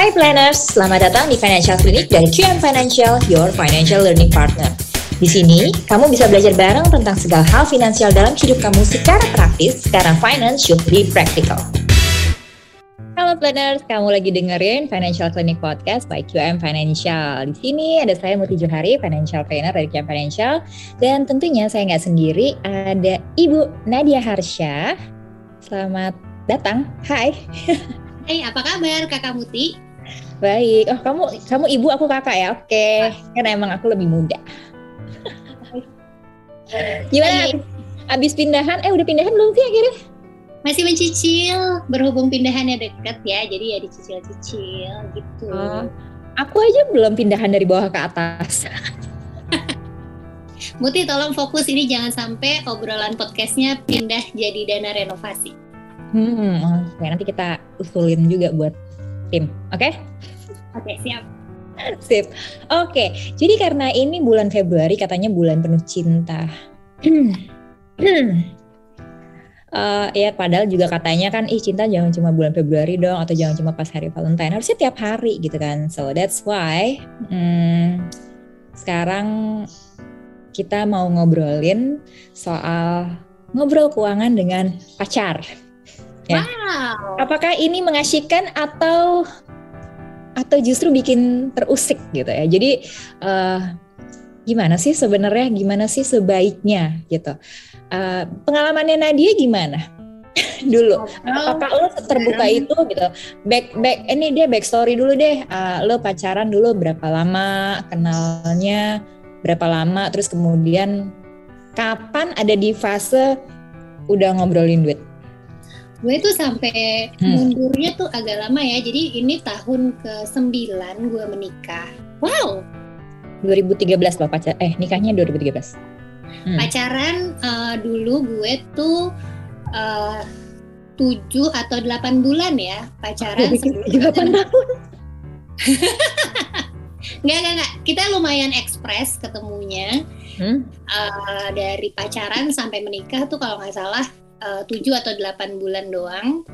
Hai planners, selamat datang di Financial Clinic dari QM Financial, your financial learning partner. Di sini, kamu bisa belajar bareng tentang segala hal finansial dalam hidup kamu secara praktis, karena finance should be practical. Halo planners, kamu lagi dengerin Financial Clinic Podcast by QM Financial. Di sini ada saya Muti Johari, Financial Planner dari QM Financial. Dan tentunya saya nggak sendiri, ada Ibu Nadia Harsha. Selamat datang, hai. Hai, apa kabar Kakak Muti? Baik, oh kamu ibu, aku kakak ya, oke. Karena emang aku lebih muda. Gimana abis pindahan, udah pindahan belum sih akhirnya? Masih mencicil, berhubung pindahannya deket ya, jadi ya dicicil-cicil gitu. Aku aja belum pindahan dari bawah ke atas. Muti tolong fokus, ini jangan sampai obrolan podcastnya pindah jadi dana renovasi. Oke, nanti kita usulin juga buat tim, oke? Oke, siap. Sip. Oke, jadi karena ini bulan Februari katanya bulan penuh cinta. Ya padahal juga katanya kan cinta jangan cuma bulan Februari dong, atau jangan cuma pas hari Valentine, harusnya tiap hari gitu kan. So that's why sekarang kita mau ngobrolin soal ngobrol keuangan dengan pacar. Ya. Wow. Apakah ini mengasyikkan atau justru bikin terusik gitu ya? Jadi gimana sih sebenarnya, gimana sih sebaiknya gitu? Pengalamannya Nadia gimana dulu? Apakah lo terbuka itu gitu? Ini dia backstory dulu deh. Lo pacaran dulu berapa lama, kenalnya berapa lama, terus kemudian kapan ada di fase udah ngobrolin duit? Gue tuh sampai mundurnya tuh agak lama ya. Jadi ini tahun ke-9 gue menikah. Wow. 2013 loh nikahnya 2013. Pacaran dulu gue tuh 7 atau 8 bulan ya pacaran. 8 tahun. Enggak. Kita lumayan ekspres ketemunya. Dari pacaran sampai menikah tuh kalau nggak salah 7 atau 8 bulan doang.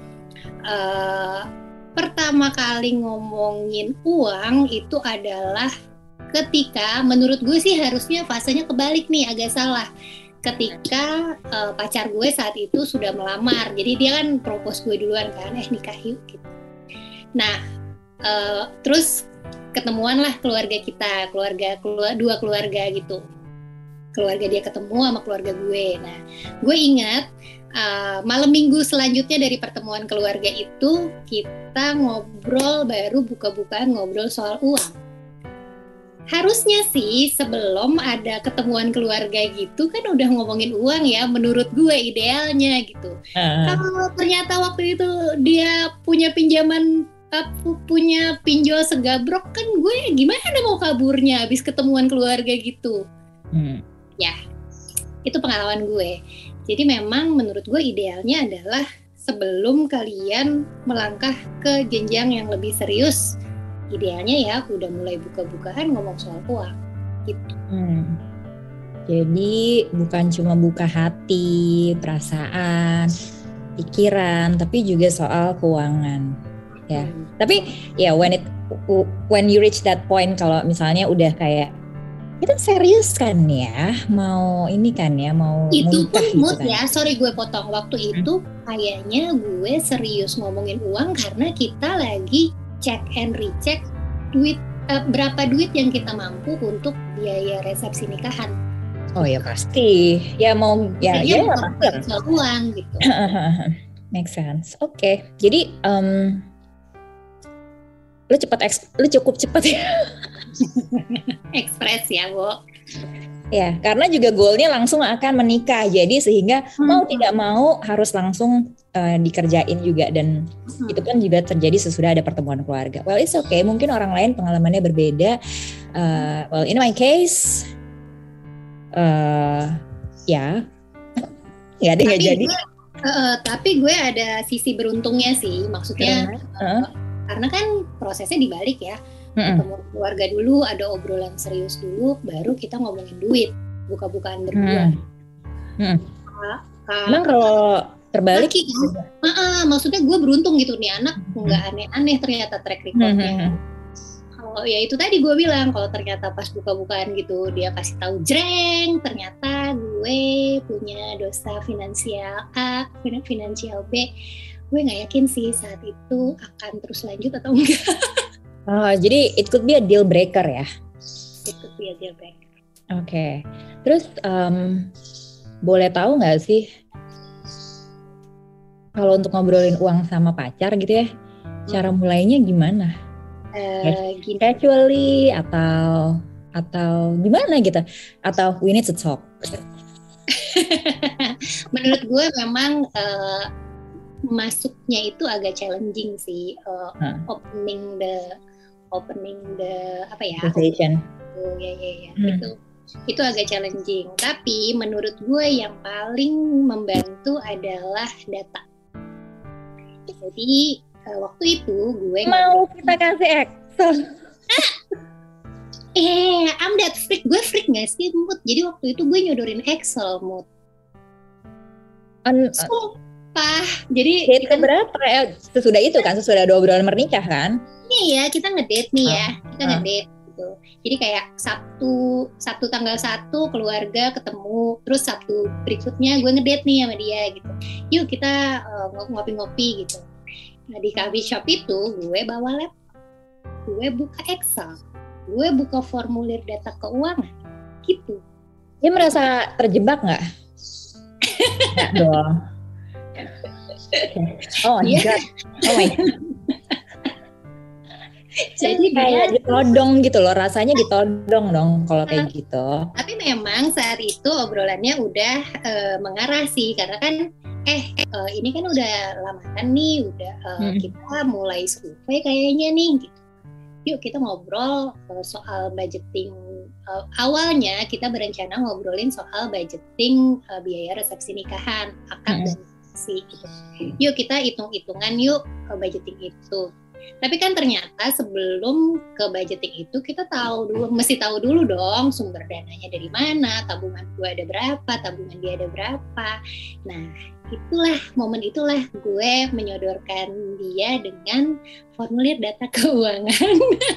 Pertama kali ngomongin uang itu adalah ketika menurut gue sih harusnya fasenya kebalik nih, agak salah. Ketika pacar gue saat itu sudah melamar, jadi dia kan propose gue duluan kan, nikah yuk gitu. Nah terus ketemuan lah keluarga kita, dua keluarga gitu. Keluarga dia ketemu sama keluarga gue. Nah gue ingat malam minggu selanjutnya dari pertemuan keluarga itu kita baru buka-bukaan ngobrol soal uang. Harusnya sih sebelum ada ketemuan keluarga gitu kan udah ngomongin uang ya, menurut gue idealnya gitu. Kalau ternyata waktu itu dia punya pinjol segabrok, kan gue gimana mau kaburnya habis ketemuan keluarga gitu. Ya itu pengalaman gue. Jadi memang menurut gue idealnya adalah sebelum kalian melangkah ke jenjang yang lebih serius, idealnya ya udah mulai buka-bukaan ngomong soal uang gitu. Jadi bukan cuma buka hati, perasaan, pikiran, tapi juga soal keuangan ya. Tapi ya when you reach that point, kalau misalnya udah kayak kita serius kan ya, mau ini kan ya, mau itu pun mood gitu kan. Ya, sorry gue potong. Waktu itu kayaknya gue serius ngomongin uang karena kita lagi check and recheck duit, berapa duit yang kita mampu untuk biaya resepsi nikahan. Oh ya pasti, ya mau ya pasti soal uang gitu. Make sense. Oke. Jadi lu cukup cepat ya. Ekspres ya, Bo. Ya, karena juga goalnya langsung akan menikah, jadi sehingga mau tidak mau harus langsung dikerjain juga, dan itu kan juga terjadi sesudah ada pertemuan keluarga. Well, it's okay. Mungkin orang lain pengalamannya berbeda. Well, in my case, ya, nggak ada nggak jadi. Tapi gue ada sisi beruntungnya sih, maksudnya karena kan prosesnya dibalik ya. Ketemu keluarga dulu, ada obrolan serius dulu, baru kita ngomongin duit, buka-bukaan berdua. Emang kalau Terbalik. Laki kan? Maksudnya gue beruntung gitu nih, anak nggak aneh-aneh ternyata track recordnya. Kalau ya itu tadi gue bilang, kalau ternyata pas buka-bukaan gitu dia kasih tahu jreng, ternyata gue punya dosa finansial A, finansial B, gue nggak yakin sih saat itu akan terus lanjut atau enggak. Jadi it could be a deal breaker ya? It could be a deal breaker. Oke. Terus boleh tahu nggak sih kalau untuk ngobrolin uang sama pacar gitu ya, cara mulainya gimana? Casually atau gimana gitu? Atau we need to talk? Menurut gue memang masuknya itu agak challenging sih, opening the apa ya? Conversation. Itu agak challenging. Tapi menurut gue yang paling membantu adalah data. Jadi waktu itu gue mau kita kasih Excel. I'm that freak. Gue freak gak sih, Mut? Jadi waktu itu gue nyodorin Excel, Mut. Sumpah. Jadi kita berapa? Sesudah itu kan, sesudah 2 obrolan menikah kan? Iya, kita ngedate nih ya. Kita ngedate gitu. Jadi kayak Sabtu tanggal 1 keluarga ketemu, terus Sabtu berikutnya gue ngedate nih sama dia gitu. Yuk kita ngopi-ngopi gitu. Nah di coffee shop itu gue bawa laptop, gue buka Excel, gue buka formulir data keuangan, gitu. Dia merasa terjebak nggak? Nggak dong. Oh my god. Jadi kayak ditodong gitu loh, rasanya ditodong dong kalau kayak gitu. Tapi memang saat itu obrolannya udah mengarah sih, karena kan ini kan udah lamaran nih, udah kita mulai survei kayaknya nih gitu. Yuk kita ngobrol soal budgeting. Awalnya kita berencana ngobrolin soal budgeting biaya resepsi nikahan, akad dan resepsi gitu. Yuk kita hitung-hitungan yuk budgeting itu. Tapi kan ternyata sebelum ke budgeting itu kita mesti tahu dulu dong sumber dananya dari mana, tabungan gue ada berapa, tabungan dia ada berapa. Nah momen itulah gue menyodorkan dia dengan formulir data keuangan.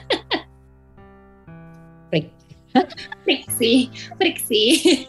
Freak sih.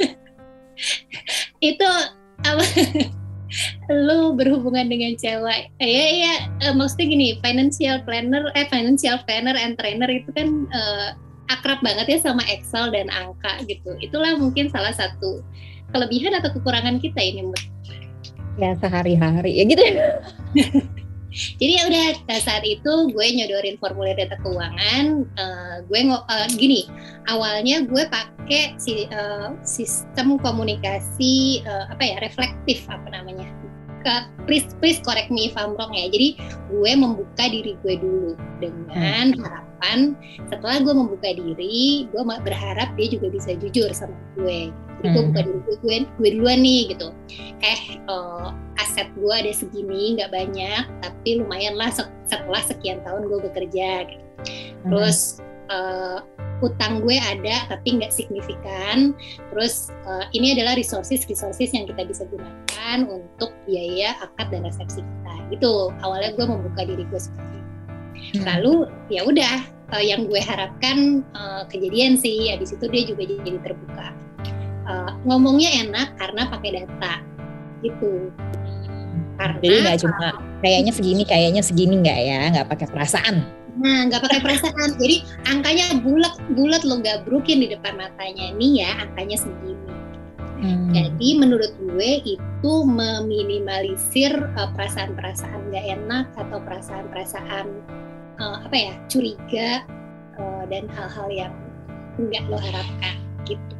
Itu apa? Lu berhubungan dengan cewek, maksudnya gini, financial planner and trainer itu kan akrab banget ya sama Excel dan angka gitu. Itulah mungkin salah satu kelebihan atau kekurangan kita ini, Mbak. Ya sehari-hari ya gitu. Jadi ya udah saat itu gue nyodorin formulir data keuangan. Gini, awalnya gue pakai sistem komunikasi reflektif please correct me if I'm wrong ya. Jadi gue membuka diri gue dulu dengan harapan setelah gue membuka diri, gue berharap dia juga bisa jujur sama gue. Jadi gue buka diri gue duluan nih gitu. Aset gue ada segini, nggak banyak, tapi lumayan lah setelah sekian tahun gue bekerja. Gitu. Terus utang gue ada tapi nggak signifikan. Terus ini adalah resources yang kita bisa gunakan untuk biaya akad dan resepsi kita. Gitu. Awalnya gue membuka diri gue seperti itu. Lalu ya udah, yang gue harapkan kejadian sih. Abis itu dia juga jadi terbuka. Ngomongnya enak karena pakai data gitu. Jadi nggak cuma kayaknya segini nggak ya, nggak pakai perasaan. Nah, nggak pakai perasaan. Jadi angkanya bulat lo gabrukin di depan matanya. Nih ya, angkanya segini. Jadi menurut gue itu meminimalisir perasaan-perasaan nggak enak atau perasaan-perasaan curiga dan hal-hal yang nggak lo harapkan gitu.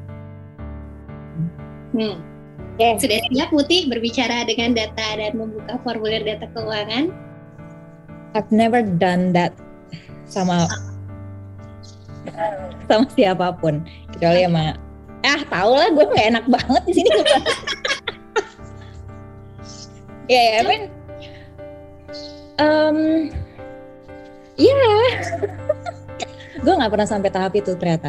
Sudah siap Muti berbicara dengan data dan membuka formulir data keuangan? I've never done that sama siapapun kecuali sama tahu lah, gue nggak enak banget di sini. Gue nggak pernah sampai tahap itu ternyata.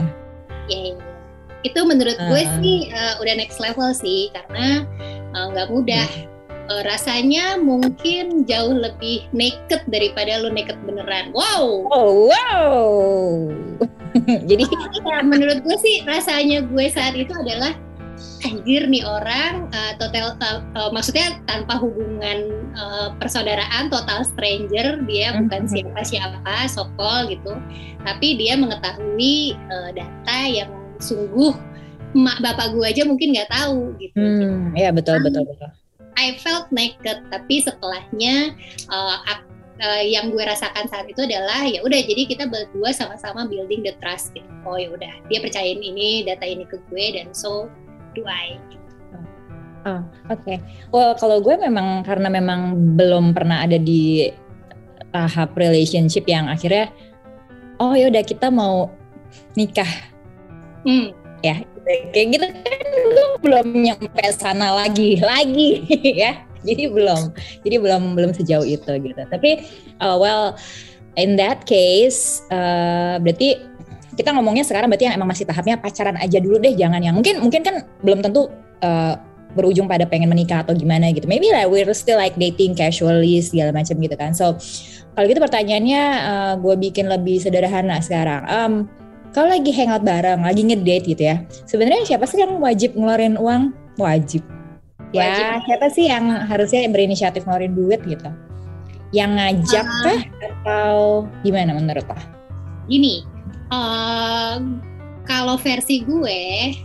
Itu menurut gue sih udah next level sih, karena nggak mudah rasanya mungkin jauh lebih naked daripada lu naked beneran. Wow. Oh, wow. Jadi ya, menurut gue sih rasanya gue saat itu adalah anjir nih orang maksudnya tanpa hubungan persaudaraan, total stranger, dia bukan siapa-siapa, sokol gitu, tapi dia mengetahui data yang sungguh emak bapak gue aja mungkin nggak tahu gitu. Ya betul. I felt naked, tapi setelahnya yang gue rasakan saat itu adalah ya udah, jadi kita berdua sama-sama building the trust gitu. Oh ya udah, dia percayain ini data ini ke gue dan so do I. Oke. Well, kalau gue memang karena memang belum pernah ada di tahap relationship yang akhirnya oh ya udah kita mau nikah. Ya, kayak gitu kan belum nyampe sana lagi ya. Jadi belum sejauh itu gitu. Tapi well, in that case berarti kita ngomongnya sekarang berarti yang emang masih tahapnya pacaran aja dulu deh, jangan yang mungkin kan belum tentu berujung pada pengen menikah atau gimana gitu. Maybe like we're still like dating casually segala macam gitu kan. So kalau gitu pertanyaannya gue bikin lebih sederhana sekarang. Kalau lagi hangout bareng, lagi ngedate gitu ya, sebenarnya siapa sih yang wajib ngeluarin uang? Wajib. Ya, siapa sih yang harusnya berinisiatif ngeluarin duit gitu? Yang ngajak kah atau gimana menurut lo? Gini, kalau versi gue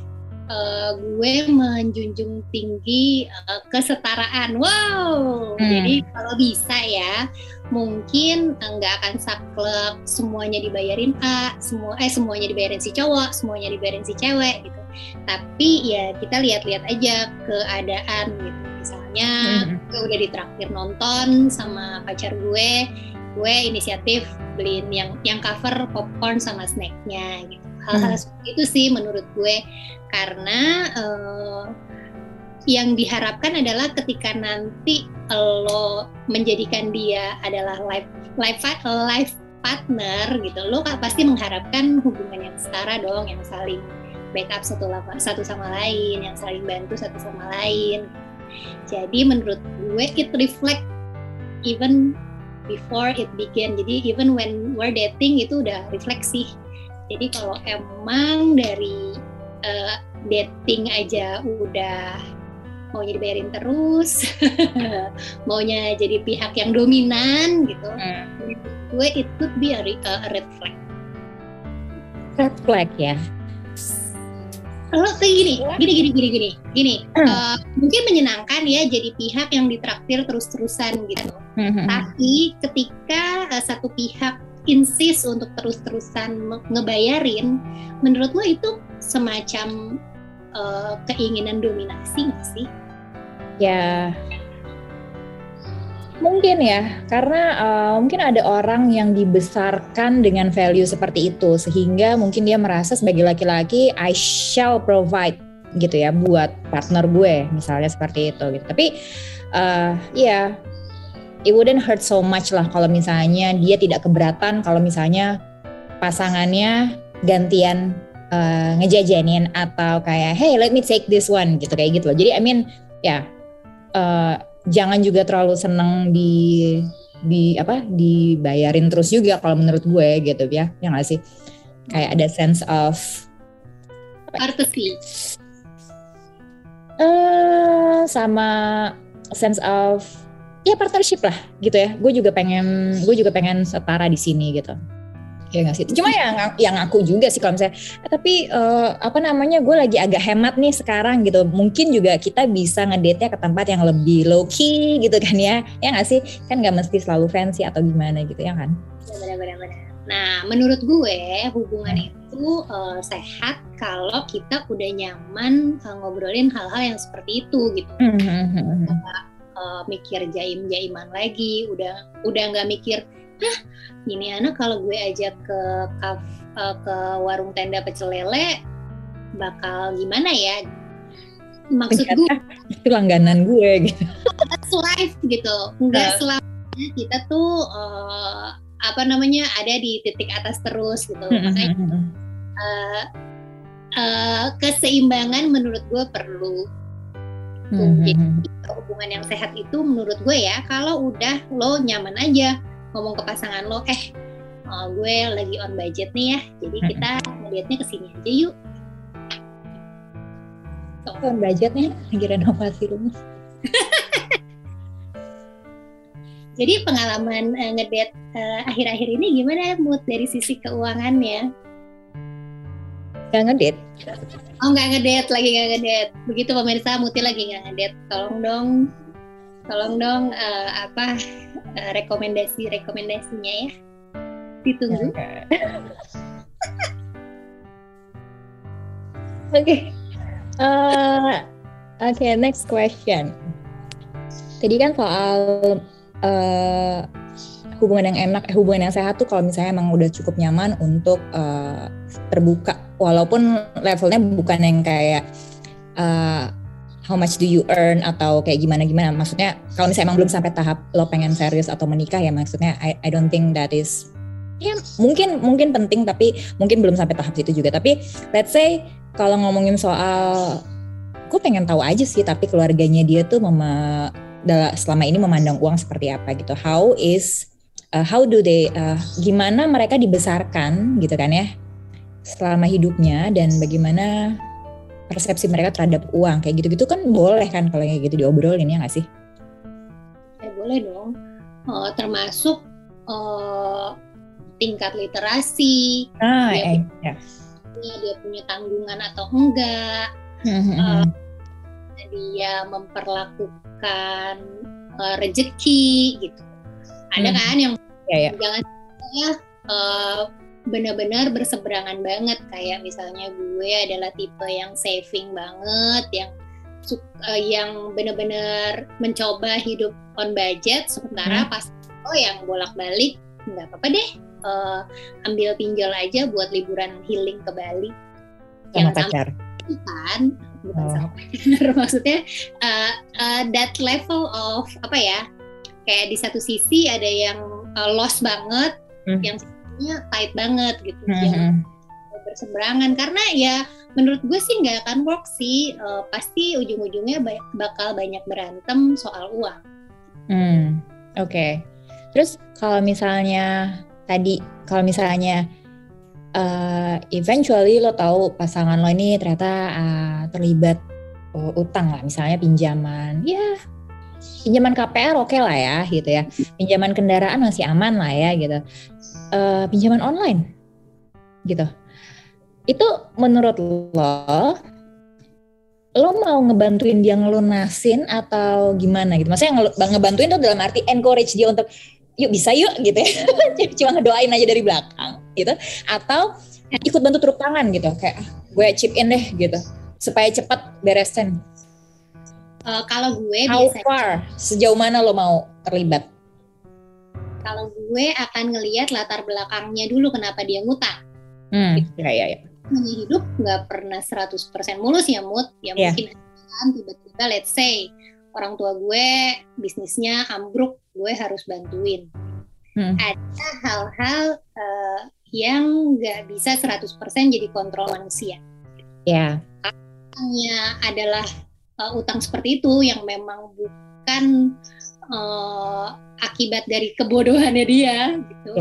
menjunjung tinggi kesetaraan. Wow. Jadi kalau bisa ya, mungkin nggak akan saklek semuanya dibayarin A, semuanya dibayarin si cowok, semuanya dibayarin si cewek gitu. Tapi ya kita lihat-lihat aja keadaan gitu. Misalnya gue udah ditraktir nonton sama pacar gue inisiatif beliin yang cover popcorn sama snacknya gitu. Hal-hal seperti itu sih menurut gue, karena yang diharapkan adalah ketika nanti lo menjadikan dia adalah life partner gitu, lo pasti mengharapkan hubungan yang setara dong, yang saling backup satu sama lain, yang saling bantu satu sama lain. Jadi menurut gue it reflect even before it begin. Jadi even when we're dating itu udah refleksi. Jadi kalau emang dari dating aja udah maunya dibayarin terus, maunya jadi pihak yang dominan gitu, gue it could be a red flag. Red flag ya. Kalau kayak gini, mungkin menyenangkan ya jadi pihak yang ditraktir terus-terusan gitu. Tapi ketika satu pihak insist untuk terus-terusan ngebayarin, menurut lo itu semacam keinginan dominasi nggak sih? Ya, mungkin ya, karena mungkin ada orang yang dibesarkan dengan value seperti itu, sehingga mungkin dia merasa sebagai laki-laki I shall provide gitu ya buat partner gue, misalnya seperti itu gitu. Tapi ya it wouldn't hurt so much lah kalau misalnya dia tidak keberatan kalau misalnya pasangannya gantian ngejajanin atau kayak hey let me take this one gitu, kayak gitu loh. Jadi I mean ya jangan juga terlalu seneng dibayarin terus juga kalau menurut gue gitu ya nggak sih, kayak ada sense of courtesy sama sense of ya partnership lah gitu ya. Gue juga pengen setara di sini gitu. Ya nggak sih. Cuma yang ngaku juga sih kalau misalnya tapi gue lagi agak hemat nih sekarang gitu. Mungkin juga kita bisa ngedate-nya ke tempat yang lebih low key gitu kan ya. Ya nggak sih? Kan nggak mesti selalu fancy atau gimana gitu ya kan. Benar. Nah menurut gue hubungan itu sehat kalau kita udah nyaman ngobrolin hal-hal yang seperti itu gitu. Mikir jaim-jaiman lagi, udah nggak mikir ini anak kalau gue ajak ke warung tenda pecel lele bakal gimana ya, maksud gue itu langganan gue gitu. That's life gitu, nggak selamanya kita tuh ada di titik atas terus gitu. Makanya keseimbangan menurut gue perlu. Jadi hubungan yang sehat itu menurut gue ya, kalau udah lo nyaman aja ngomong ke pasangan lo, gue lagi on budget nih ya, jadi kita ngeliatnya kesini aja yuk. On budget nih, lagi renovasi rumah. Jadi pengalaman ngedate akhir-akhir ini gimana mood dari sisi keuangannya? Gak ngedate? Oh, nggak ngedate, lagi nggak ngedate. Begitu pemirsa, Muti lagi nggak ngedate. Tolong dong rekomendasinya ya. Ditunggu. Oke, next question. Tadi kan soal hubungan yang enak, hubungan yang sehat tuh kalau misalnya emang udah cukup nyaman untuk terbuka, walaupun levelnya bukan yang kayak how much do you earn atau kayak gimana. Maksudnya kalau misalnya emang belum sampai tahap lo pengen serius atau menikah ya, maksudnya I don't think that is, ya mungkin penting tapi mungkin belum sampai tahap situ juga. Tapi let's say kalau ngomongin soal, gue pengen tahu aja sih, tapi keluarganya dia tuh selama ini memandang uang seperti apa gitu. How do they, gimana mereka dibesarkan gitu kan ya selama hidupnya, dan bagaimana persepsi mereka terhadap uang kayak gitu-gitu kan boleh kan kalau kayak gitu diobrolin, ya nggak sih? Ya boleh dong, termasuk tingkat literasi, dia punya tanggungan atau enggak, dia memperlakukan rezeki gitu. Ada kan yang jangan benar-benar berseberangan banget, kayak misalnya gue adalah tipe yang saving banget, yang benar-benar mencoba hidup on budget, sementara pas yang bolak-balik nggak apa-apa deh, ambil pinjol aja buat liburan healing ke Bali sama pacar kan, bukan sama pacar, maksudnya that level of kayak di satu sisi ada yang lost banget, yang sebenarnya tight banget gitu, yang berseberangan, karena ya menurut gue sih nggak akan work sih, pasti ujung-ujungnya bakal banyak berantem soal uang. Oke. Terus kalau misalnya eventually lo tahu pasangan lo ini ternyata terlibat utang lah, misalnya pinjaman KPR oke lah ya gitu ya, pinjaman kendaraan masih aman lah ya gitu, pinjaman online gitu, itu menurut lo mau ngebantuin dia ngelunasin atau gimana gitu? Maksudnya ngebantuin tuh dalam arti encourage dia untuk yuk bisa yuk gitu ya, cuma ngedoain aja dari belakang gitu, atau ikut bantu turun tangan gitu, kayak gue chip in deh gitu supaya cepat beresin. Kalau gue sejauh mana lo mau terlibat? Kalau gue akan ngelihat latar belakangnya dulu, kenapa dia ngutang. Ya. Hidup nggak pernah 100% mulus ya mungkin kan tiba-tiba let's say orang tua gue bisnisnya ambruk, gue harus bantuin. Ada hal-hal yang nggak bisa 100% jadi kontrol manusia. Utangnya adalah utang seperti itu yang memang bukan akibat dari kebodohannya dia gitu.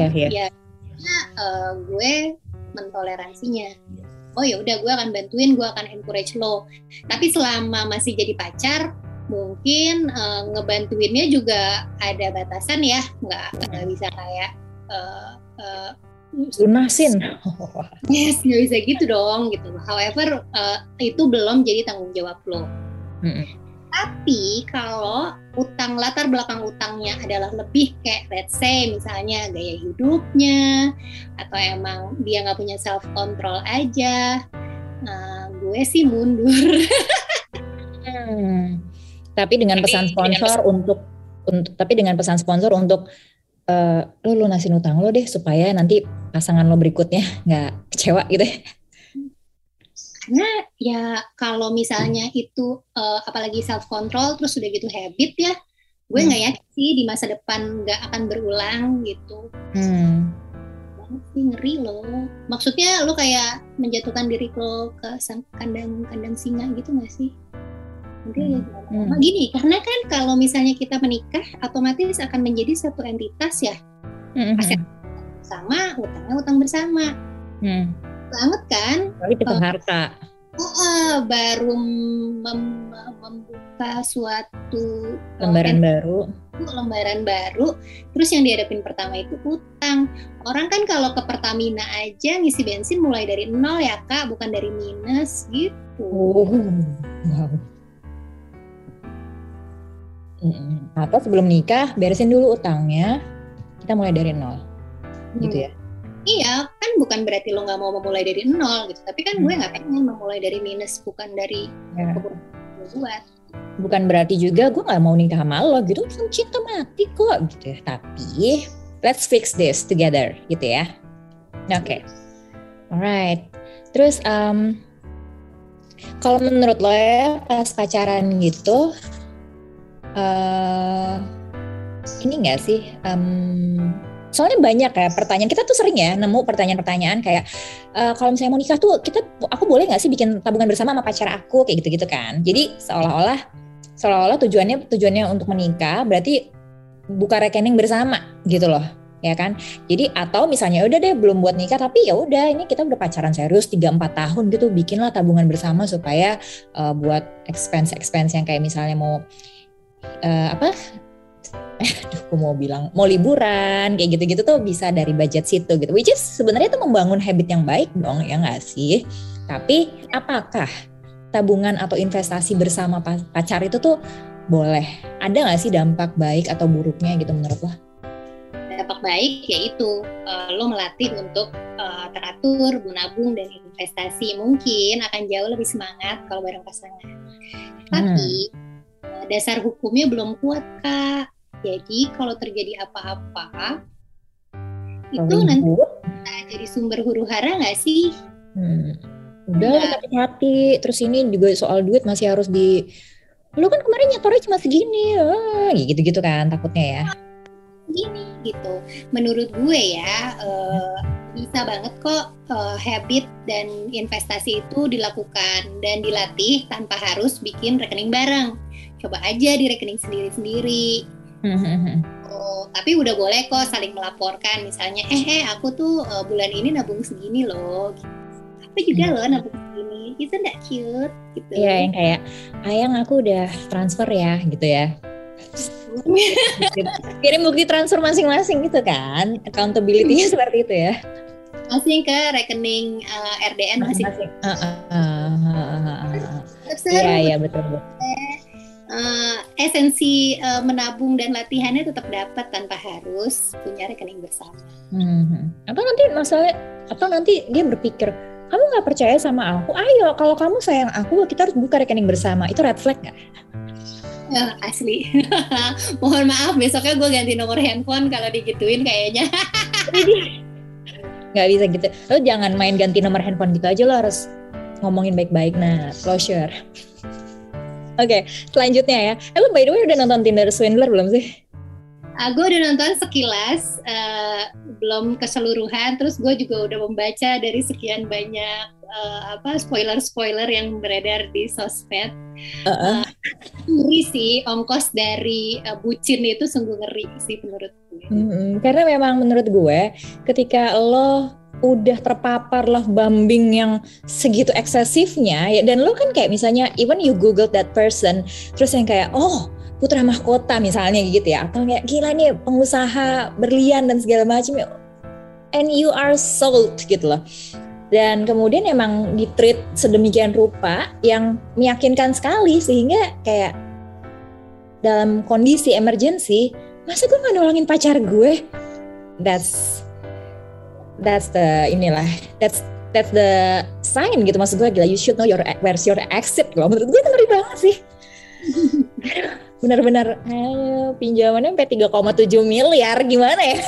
Gue mentoleransinya. Oh ya udah, gue akan bantuin, gue akan encourage lo. Tapi selama masih jadi pacar, mungkin ngebantuinnya juga ada batasan ya, nggak bisa kayak lunasin. Yes, nggak bisa gitu dong gitu. However, itu belum jadi tanggung jawab lo. Tapi kalau latar belakang utangnya adalah lebih kayak let's say misalnya gaya hidupnya, atau emang dia nggak punya self control aja, gue sih mundur. Tapi dengan pesan sponsor untuk lo lunasin utang lo deh supaya nanti pasangan lo berikutnya nggak kecewa gitu. Karena ya kalau misalnya itu apalagi self control terus udah gitu habit ya, gue nggak yakin sih di masa depan nggak akan berulang gitu. Banget sih, ngeri loh. Maksudnya lo kayak menjatuhkan diri lo ke kandang singa gitu nggak sih? Nanti gini, karena kan kalau misalnya kita menikah, otomatis akan menjadi satu entitas ya. Aset bersama, utangnya utang bersama. Banget kan? Tapi tentang harta. Baru membuka suatu lembaran baru, terus yang dihadapin pertama itu utang. Orang kan kalau ke Pertamina aja ngisi bensin mulai dari nol ya Kak, bukan dari minus gitu. Wow. Atau sebelum nikah beresin dulu utangnya, kita mulai dari nol, gitu ya? Iya, kan bukan berarti lo nggak mau memulai dari nol gitu, tapi kan gue nggak pengen memulai dari minus, bukan dari buat. Bukan berarti juga gue nggak mau nikah sama lo gitu, cinta mati kok gitu ya. Tapi let's fix this together gitu ya. Oke. Alright. Terus kalau menurut lo ya pas pacaran gitu, ini nggak sih? Soalnya banyak ya pertanyaan, kita tuh sering ya nemu pertanyaan-pertanyaan kayak kalau misalnya mau nikah tuh aku boleh nggak sih bikin tabungan bersama sama pacar aku kayak gitu-gitu kan. Jadi seolah-olah tujuannya untuk menikah berarti buka rekening bersama gitu loh, ya kan. Jadi atau misalnya udah deh belum buat nikah tapi ya udah ini kita udah pacaran serius 3-4 tahun gitu, bikinlah tabungan bersama supaya buat expense yang kayak misalnya mau mau liburan kayak gitu-gitu tuh bisa dari budget situ gitu, which is sebenarnya itu membangun habit yang baik dong ya nggak sih. Tapi apakah tabungan atau investasi bersama pacar itu tuh boleh, ada nggak sih dampak baik atau buruknya gitu menurut lo? Dampak baik yaitu lo melatih untuk teratur, menabung dan investasi, mungkin akan jauh lebih semangat kalau bareng pasangan. Tapi dasar hukumnya belum kuat Kak. Jadi kalau terjadi apa-apa itu nanti jadi sumber huru hara nggak sih? Udah hati-hati. Terus ini juga soal duit masih harus lu kan kemarin nyetornya cuma segini, gitu-gitu kan takutnya ya. Gini gitu. Menurut gue ya bisa banget kok habit dan investasi itu dilakukan dan dilatih tanpa harus bikin rekening bareng. Coba aja di rekening sendiri-sendiri. Tapi udah boleh kok saling melaporkan, misalnya aku tuh bulan ini nabung segini loh, aku juga loh nabung segini, isn't that cute gitu. Iya, yang kayak ayang aku udah transfer ya gitu ya. Kirim bukti transfer masing-masing gitu kan, accountability-nya seperti itu ya. Masing ke rekening RDN masing-masing. Iya betul. Esensi menabung dan latihannya tetap dapat tanpa harus punya rekening bersama. Atau nanti dia berpikir, kamu nggak percaya sama aku? Ayo, kalau kamu sayang aku, kita harus buka rekening bersama. Itu red flag nggak? Asli. Mohon maaf, besoknya gue ganti nomor handphone kalau digituin kayaknya. Nggak bisa gitu. Lo jangan main ganti nomor handphone gitu aja, lo harus ngomongin baik-baik. Nah, closure. Oke, selanjutnya ya. Lo by the way udah nonton Tinder Swindler belum sih? Gue udah nonton sekilas, belum keseluruhan. Terus gue juga udah membaca dari sekian banyak spoiler yang beredar di sosmed. Ngeri sih, ongkos dari bucin itu sungguh ngeri sih menurut gue. Karena memang menurut gue, ketika lo udah terpapar love bombing yang segitu eksesifnya ya, dan lo kan kayak misalnya even you google that person terus yang kayak putra mahkota misalnya gitu ya, atau kayak gila nih pengusaha berlian dan segala macam, and you are sold gitu loh, dan kemudian emang di-treat sedemikian rupa yang meyakinkan sekali sehingga kayak dalam kondisi emergency, masa gue gak nolongin pacar gue? That's the sign gitu, maksud gue gila, you should know where's your exit loh. Menurut gue itu ngeri banget sih. Benar-benar pinjamannya sampai 3,7 miliar gimana ya?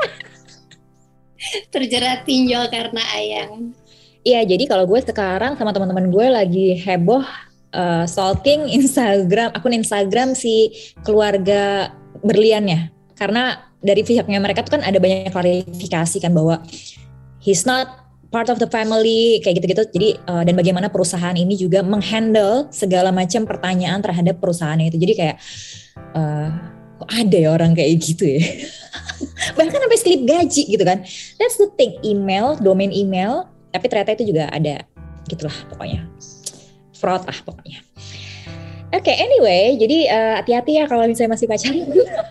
Terjerat pinjol karena ayang. Iya, jadi kalau gue sekarang sama teman-teman gue lagi heboh stalking akun Instagram si keluarga berliannya, karena dari pihaknya mereka tuh kan ada banyak klarifikasi kan bahwa he's not part of the family kayak gitu-gitu. Jadi dan bagaimana perusahaan ini juga menghandle segala macam pertanyaan terhadap perusahaannya itu. Jadi kayak kok ada ya orang kayak gitu ya. Bahkan sampai slip gaji gitu kan. That's the thing, email, domain email, tapi ternyata itu juga ada gitulah pokoknya. Fraud lah pokoknya. Oke, anyway, jadi hati-hati ya kalau misalnya masih pacaran.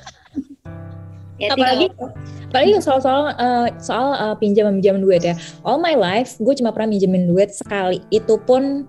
Apalagi soal pinjam duit ya. All my life gue cuma pernah minjemin duit sekali. Itu pun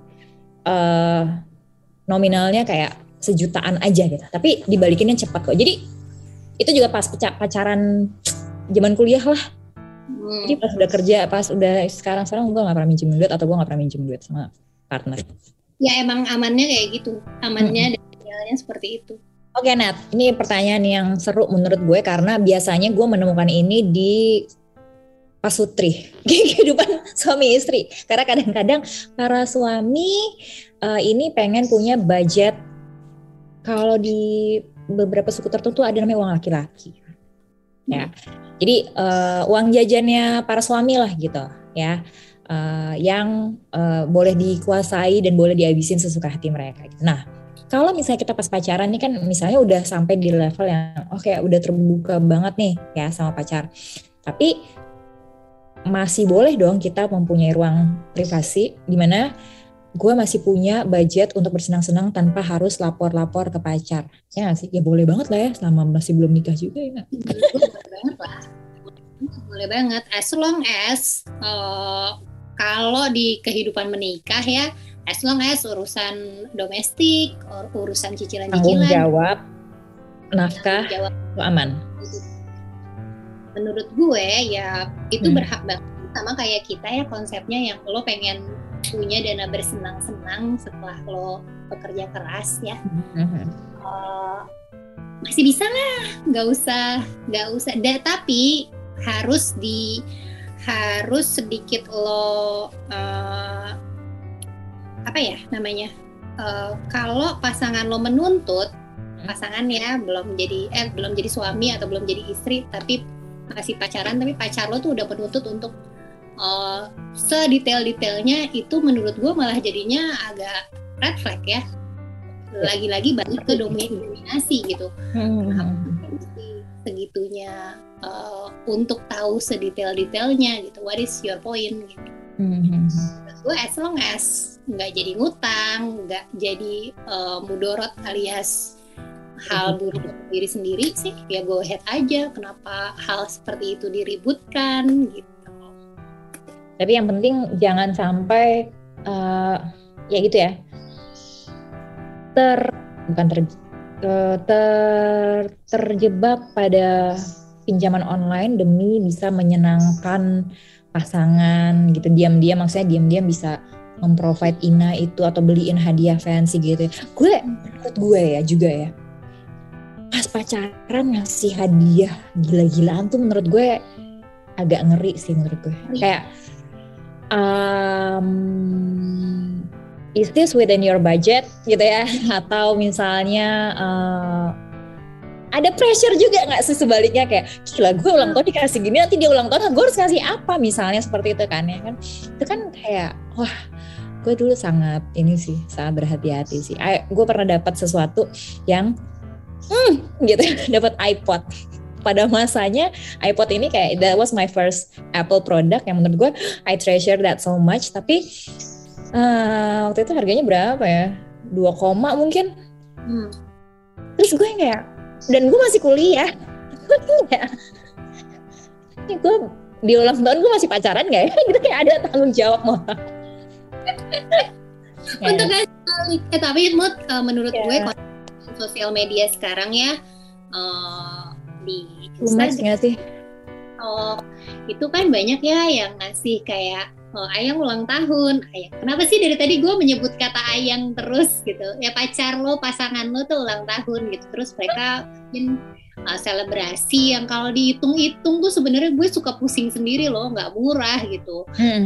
nominalnya kayak sejutaan aja gitu. Tapi dibalikinnya cepat kok. Jadi itu juga pas pacaran zaman kuliah lah. Jadi pas udah kerja, pas udah sekarang gue gak pernah minjem duit atau gue gak pernah minjem duit sama partner. Ya emang amannya kayak gitu. Amannya dan idealnya seperti itu. Oke Nat, ini pertanyaan yang seru menurut gue karena biasanya gue menemukan ini di pasutri, kehidupan suami istri. Karena kadang-kadang para suami ini pengen punya budget, kalau di beberapa suku tertentu ada namanya uang laki-laki. Ya, jadi uang jajannya para suami lah gitu ya. Yang boleh dikuasai dan boleh dihabisin sesuka hati mereka. Nah, kalau misalnya kita pas pacaran nih kan misalnya udah sampai di level yang oke, udah terbuka banget nih ya sama pacar. Tapi masih boleh dong kita mempunyai ruang privasi di mana gue masih punya budget untuk bersenang-senang tanpa harus lapor-lapor ke pacar. Ya nggak sih? Ya boleh banget lah ya selama masih belum nikah juga ya. Boleh banget lah. Boleh banget as long as kalau di kehidupan menikah ya, as long as urusan domestik, urusan cicilan-cicilan, tanggung jawab, nafkah, itu aman. Menurut gue ya itu berhak banget, sama kayak kita ya konsepnya yang lo pengen punya dana bersenang-senang setelah lo bekerja keras ya. Masih bisa lah, nggak usah. Tapi harus sedikit lo kalau pasangan lo menuntut, pasangannya belum jadi suami atau belum jadi istri tapi masih pacaran, tapi pacar lo tuh udah menuntut untuk sedetail-detailnya, itu menurut gue malah jadinya agak red flag ya. Lagi-lagi balik ke dominasi gitu. Segitunya untuk tahu sedetail-detailnya gitu. What is your point gitu. Gue as long as nggak jadi ngutang, nggak jadi mudorot alias hal buruk untuk diri sendiri sih, ya go ahead aja. Kenapa hal seperti itu diributkan gitu. Tapi yang penting jangan sampai ya gitu ya terjebak pada pinjaman online demi bisa menyenangkan pasangan gitu. Diam-diam bisa memprovide Ina itu atau beliin hadiah fancy gitu. Menurut gue ya juga ya, pas pacaran ngasih hadiah gila-gilaan tuh menurut gue agak ngeri sih menurut gue. Kayak is this within your budget gitu ya? Atau misalnya ada pressure juga nggak sih sebaliknya, kayak gila gue ulang tahun dikasih gini, nanti dia ulang tahun gue harus kasih apa misalnya, seperti itu kan ya kan? Itu kan kayak wah, gue dulu sangat berhati-hati sih. Gue pernah dapat sesuatu yang gitu, dapat iPod. Pada masanya iPod ini kayak that was my first Apple product yang menurut gue I treasure that so much. Tapi waktu itu harganya berapa ya? 2, mungkin. Terus gue kayak, dan gue masih kuliah. Ini gue di ulang tahun gue masih pacaran gak ya? Gitu kayak ada tanggung jawab moral. Untuk tapi menurut gue sosial media sekarang ya di Instagram sih. Itu kan banyak ya yang ngasih kayak Ayang ulang tahun. Ayang, kenapa sih dari tadi gue menyebut kata Ayang terus gitu? Ya pacar lo, pasangan lo tuh ulang tahun gitu. Terus mereka mungkin selebrasi yang kalau dihitung-hitung tuh sebenarnya gue suka pusing sendiri loh, nggak murah gitu.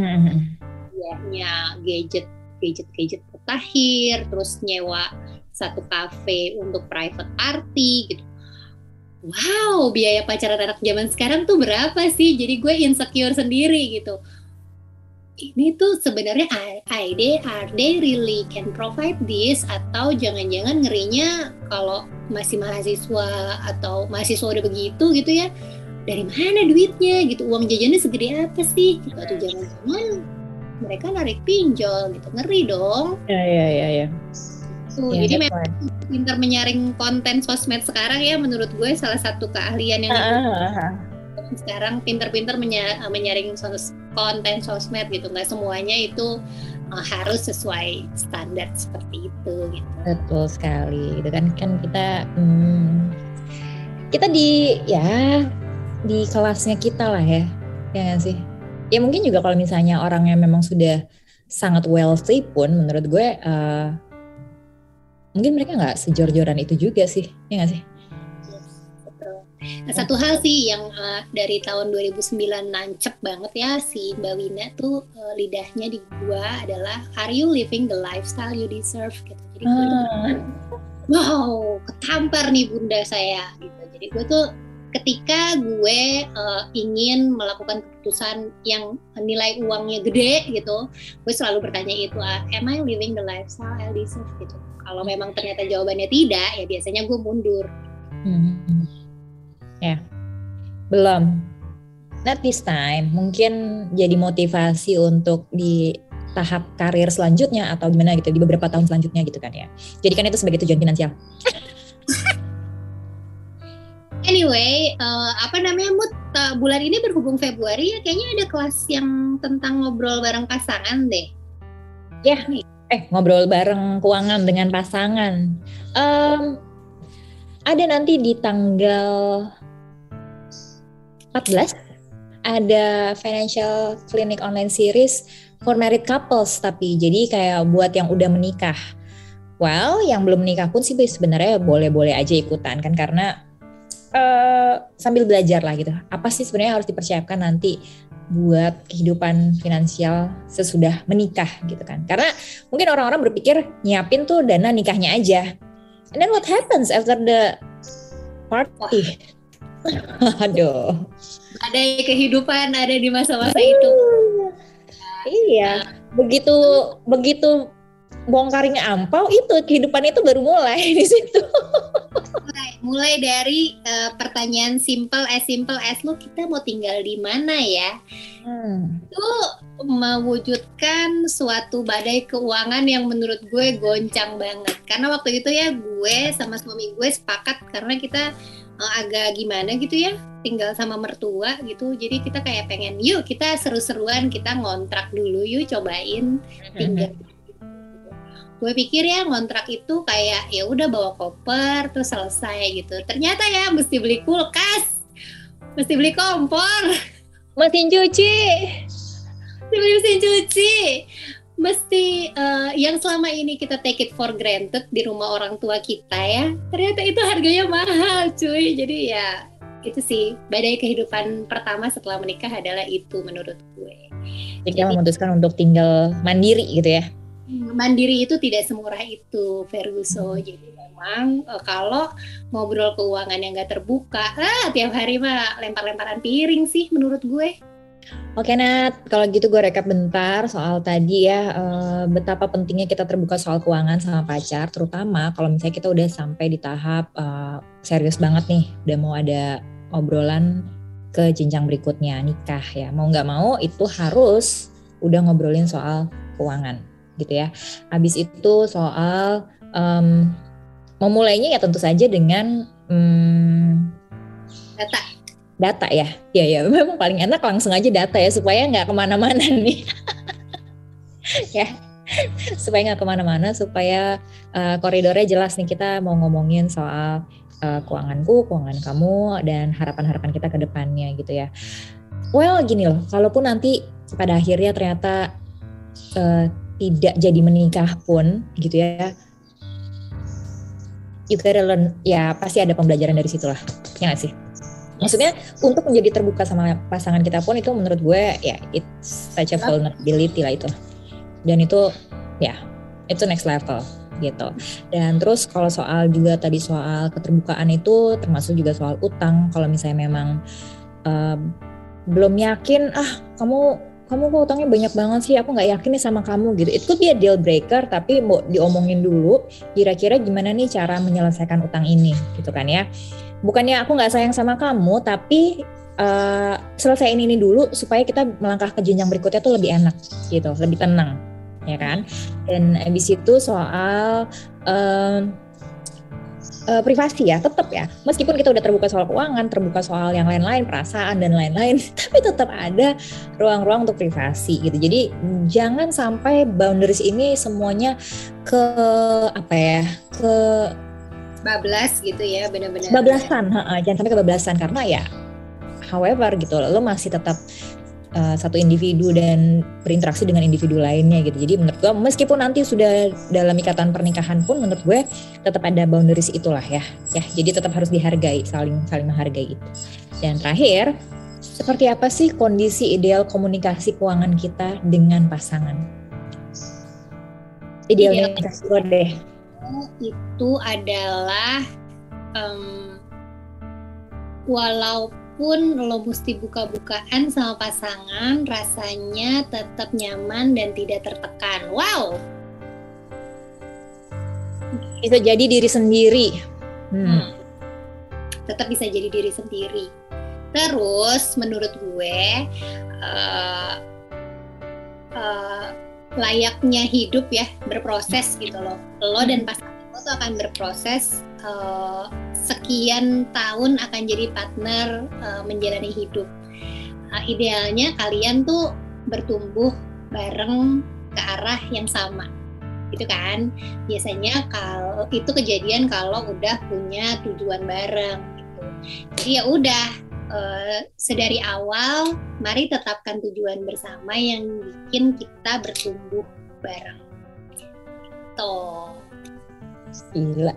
Ya gadget mutakhir, terus nyewa satu kafe untuk private party gitu. Wow, biaya pacaran anak zaman sekarang tuh berapa sih? Jadi gue insecure sendiri gitu. ini tuh sebenarnya are they really can provide this, atau jangan-jangan ngerinya kalau masih mahasiswa atau mahasiswa udah begitu gitu ya, dari mana duitnya gitu, uang jajannya segede apa sih gitu, atau jangan-jangan mereka narik pinjol gitu, ngeri dong. Ya. Jadi memang pintar menyaring konten sosmed sekarang ya, menurut gue salah satu keahlian yang sekarang, pintar-pintar menyaring konten sosmed gitu. Nggak semuanya itu harus sesuai standar seperti itu gitu. Betul sekali. Itu kan kita di kelasnya kita lah ya nggak sih? Ya mungkin juga kalau misalnya orang yang memang sudah sangat wealthy pun, menurut gue mungkin mereka nggak sejor-joran itu juga sih, ya nggak sih? Nah, satu hal sih yang dari tahun 2009 nancep banget ya si Mbak Wina tuh, lidahnya di gua adalah, are you living the lifestyle you deserve gitu. Jadi gue wow, ketampar nih bunda saya gitu. Jadi gue tuh ketika gue ingin melakukan keputusan yang nilai uangnya gede gitu, gue selalu bertanya itu, am I living the lifestyle I deserve gitu. Kalau memang ternyata jawabannya tidak, ya biasanya gue mundur. Ya, belum. Not this time. Mungkin jadi motivasi untuk di tahap karir selanjutnya atau gimana gitu, di beberapa tahun selanjutnya gitu kan ya. Jadikan itu sebagai tujuan finansial. Anyway, Mut, bulan ini berhubung Februari ya, kayaknya ada kelas yang tentang ngobrol bareng pasangan deh. Ya, ngobrol bareng keuangan dengan pasangan. Ada nanti di tanggal 14 ada financial clinic online series for married couples, tapi jadi kayak buat yang udah menikah. Well, yang belum menikah pun sih sebenarnya boleh-boleh aja ikutan kan, karena sambil belajar lah gitu. Apa sih sebenarnya harus dipersiapkan nanti buat kehidupan finansial sesudah menikah gitu kan. Karena mungkin orang-orang berpikir nyiapin tuh dana nikahnya aja. And then what happens after the party? Aduh. Ada kehidupan ada di masa-masa itu. Iya. Begitu bongkarnya ampau, itu kehidupan itu baru mulai di situ. Mulai dari pertanyaan simple as lu, kita mau tinggal di mana ya? Itu mewujudkan suatu badai keuangan yang menurut gue goncang banget. Karena waktu itu ya gue sama suami gue sepakat, karena kita agak gimana gitu ya, tinggal sama mertua gitu. Jadi kita kayak pengen, yuk kita seru-seruan, kita ngontrak dulu, yuk cobain tinggal. Gue pikir ya ngontrak itu kayak ya udah bawa koper terus selesai gitu. Ternyata ya mesti beli kulkas, mesti beli kompor, mesin cuci, mesti yang selama ini kita take it for granted di rumah orang tua kita ya, ternyata itu harganya mahal cuy. Jadi ya itu sih badai kehidupan pertama setelah menikah adalah itu menurut gue. Jadi kita memutuskan untuk tinggal mandiri gitu ya. Mandiri itu tidak semurah itu, Ferguson. Jadi memang kalau ngobrol keuangan yang nggak terbuka, tiap hari mah lempar-lemparan piring sih menurut gue. Oke Nat, kalau gitu gue rekap bentar soal tadi ya, betapa pentingnya kita terbuka soal keuangan sama pacar, terutama kalau misalnya kita udah sampai di tahap serius banget nih, udah mau ada obrolan ke jenjang berikutnya, nikah ya. Mau nggak mau itu harus udah ngobrolin soal keuangan gitu ya. Habis itu soal memulainya ya tentu saja dengan data ya. Ya memang paling enak langsung aja data ya, supaya nggak kemana-mana nih. Ya, supaya nggak kemana-mana, supaya koridornya jelas nih, kita mau ngomongin soal keuanganku, keuangan kamu, dan harapan-harapan kita ke depannya gitu ya. Well gini loh, kalaupun nanti pada akhirnya ternyata tidak jadi menikah pun gitu ya, you gotta learn, ya pasti ada pembelajaran dari situ lah, ya nggak sih? Maksudnya untuk menjadi terbuka sama pasangan kita pun itu menurut gue ya it's such a vulnerability lah itu. Dan itu ya itu next level gitu. Dan terus kalau soal juga tadi soal keterbukaan itu termasuk juga soal utang. Kalau misalnya memang belum yakin, kamu kamu kok utangnya banyak banget sih, aku nggak yakin nih sama kamu gitu. Itu dia deal breaker, tapi mau diomongin dulu kira-kira gimana nih cara menyelesaikan utang ini gitu kan ya. Bukannya aku nggak sayang sama kamu, tapi selesaiin ini dulu supaya kita melangkah ke jenjang berikutnya tuh lebih enak gitu, lebih tenang ya kan. Dan abis itu soal privasi ya, tetap ya, meskipun kita udah terbuka soal keuangan, terbuka soal yang lain-lain, perasaan dan lain-lain, tapi tetap ada ruang-ruang untuk privasi gitu. Jadi jangan sampai boundaries ini semuanya ke apa ya, ke bablas gitu ya, benar-benar bablasan, jangan sampai kebablasan karena ya however gitu, lo masih tetap satu individu dan berinteraksi dengan individu lainnya gitu. Jadi menurut gue meskipun nanti sudah dalam ikatan pernikahan pun menurut gue tetap ada boundaries itulah ya. Jadi tetap harus dihargai, saling menghargai itu. Dan terakhir, seperti apa sih kondisi ideal komunikasi keuangan kita dengan pasangan? Idealnya kasih deh. Itu adalah walaupun lo mesti buka-bukaan sama pasangan, rasanya tetap nyaman dan tidak tertekan. Wow. Bisa jadi diri sendiri. Tetap bisa jadi diri sendiri. Terus menurut gue layaknya hidup ya, berproses gitu loh. Lo dan pasangan lo tuh akan berproses sekian tahun akan jadi partner menjalani hidup. Idealnya kalian tuh bertumbuh bareng ke arah yang sama, gitu kan? Biasanya kalau itu kejadian kalau udah punya tujuan bareng, gitu. Jadi ya udah sedari awal, mari tetapkan tujuan bersama yang bikin kita bertumbuh bareng. Tuh. Gila.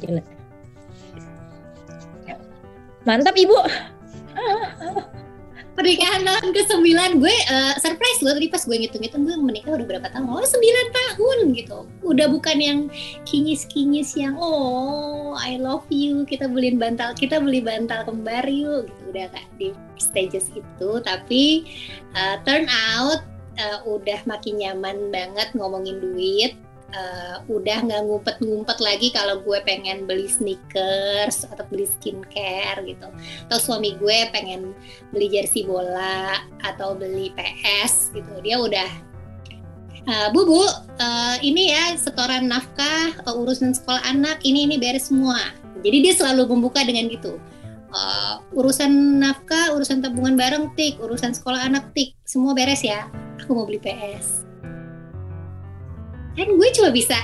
Mantap Ibu. Pernikahan tahun ke-9 gue surprise loh, tadi pas gue ngitung-ngitung gue menikah udah berapa tahun? 9 tahun gitu. Udah bukan yang kinyis-kinyis yang I love you, kita beli bantal kembar yuk gitu. Udah gak di stages itu, tapi turn out udah makin nyaman banget ngomongin duit. Udah nggak ngumpet-ngumpet lagi kalau gue pengen beli sneakers atau beli skincare gitu, atau suami gue pengen beli jersey bola atau beli PS gitu, dia udah bu ini ya setoran nafkah, urusan sekolah anak ini beres semua. Jadi dia selalu membuka dengan gitu, urusan nafkah, urusan tabungan bareng tik, urusan sekolah anak tik, semua beres ya, aku mau beli PS. Kan gue cuma bisa.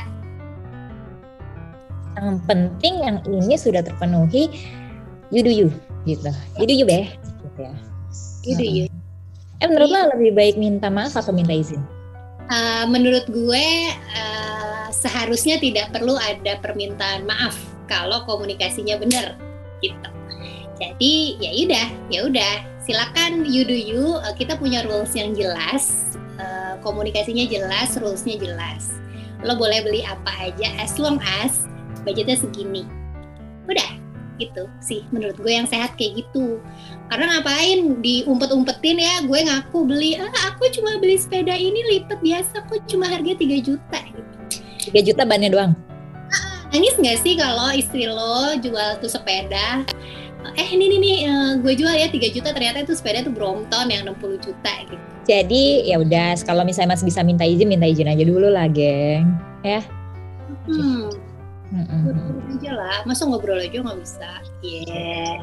Yang penting yang ini sudah terpenuhi, you do you gitu. You do you be gitu ya. You do you. Menurut lo lebih baik minta maaf atau minta izin? Menurut gue seharusnya tidak perlu ada permintaan maaf kalau komunikasinya benar gitu. Jadi ya udah silakan you do you. Kita punya rules yang jelas, komunikasinya jelas, rulesnya jelas. Lo boleh beli apa aja as long as budgetnya segini. Udah, gitu sih menurut gue yang sehat kayak gitu. Karena ngapain diumpet-umpetin ya, gue ngaku beli, aku cuma beli sepeda ini lipat biasa, kok cuma harga 3 juta gitu. 3 juta bannya doang? Nangis gak sih kalau istri lo jual tuh sepeda, ini gue jual ya 3 juta, ternyata itu sepeda tuh Brompton yang 60 juta gitu. Jadi ya udah, kalau misalnya masih bisa minta izin aja dulu lah, geng. Ya. Ngobrol aja lah, masa ngobrol aja nggak bisa? Yeah.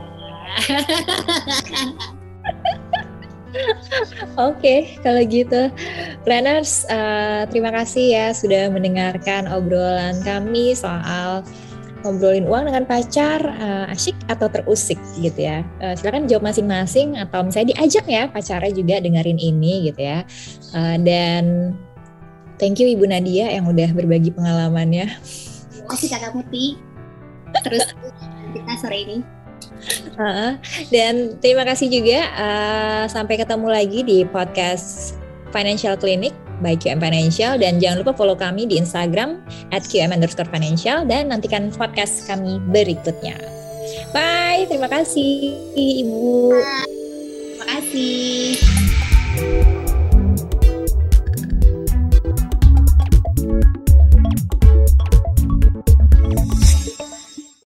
Oke, kalau gitu, planners, terima kasih ya sudah mendengarkan obrolan kami soal ngobrolin uang dengan pacar, asyik atau terusik gitu ya. Silakan jawab masing-masing atau misalnya diajak ya pacarnya juga dengerin ini gitu ya. Dan thank you Ibu Nadia yang udah berbagi pengalamannya. Terima kasih Kakak Muti. Terus kita sore ini. Dan terima kasih juga, sampai ketemu lagi di podcast Financial Clinic by QM Financial, dan jangan lupa follow kami di Instagram @qm_financial dan nantikan podcast kami berikutnya. Bye, terima kasih Ibu. Terima kasih.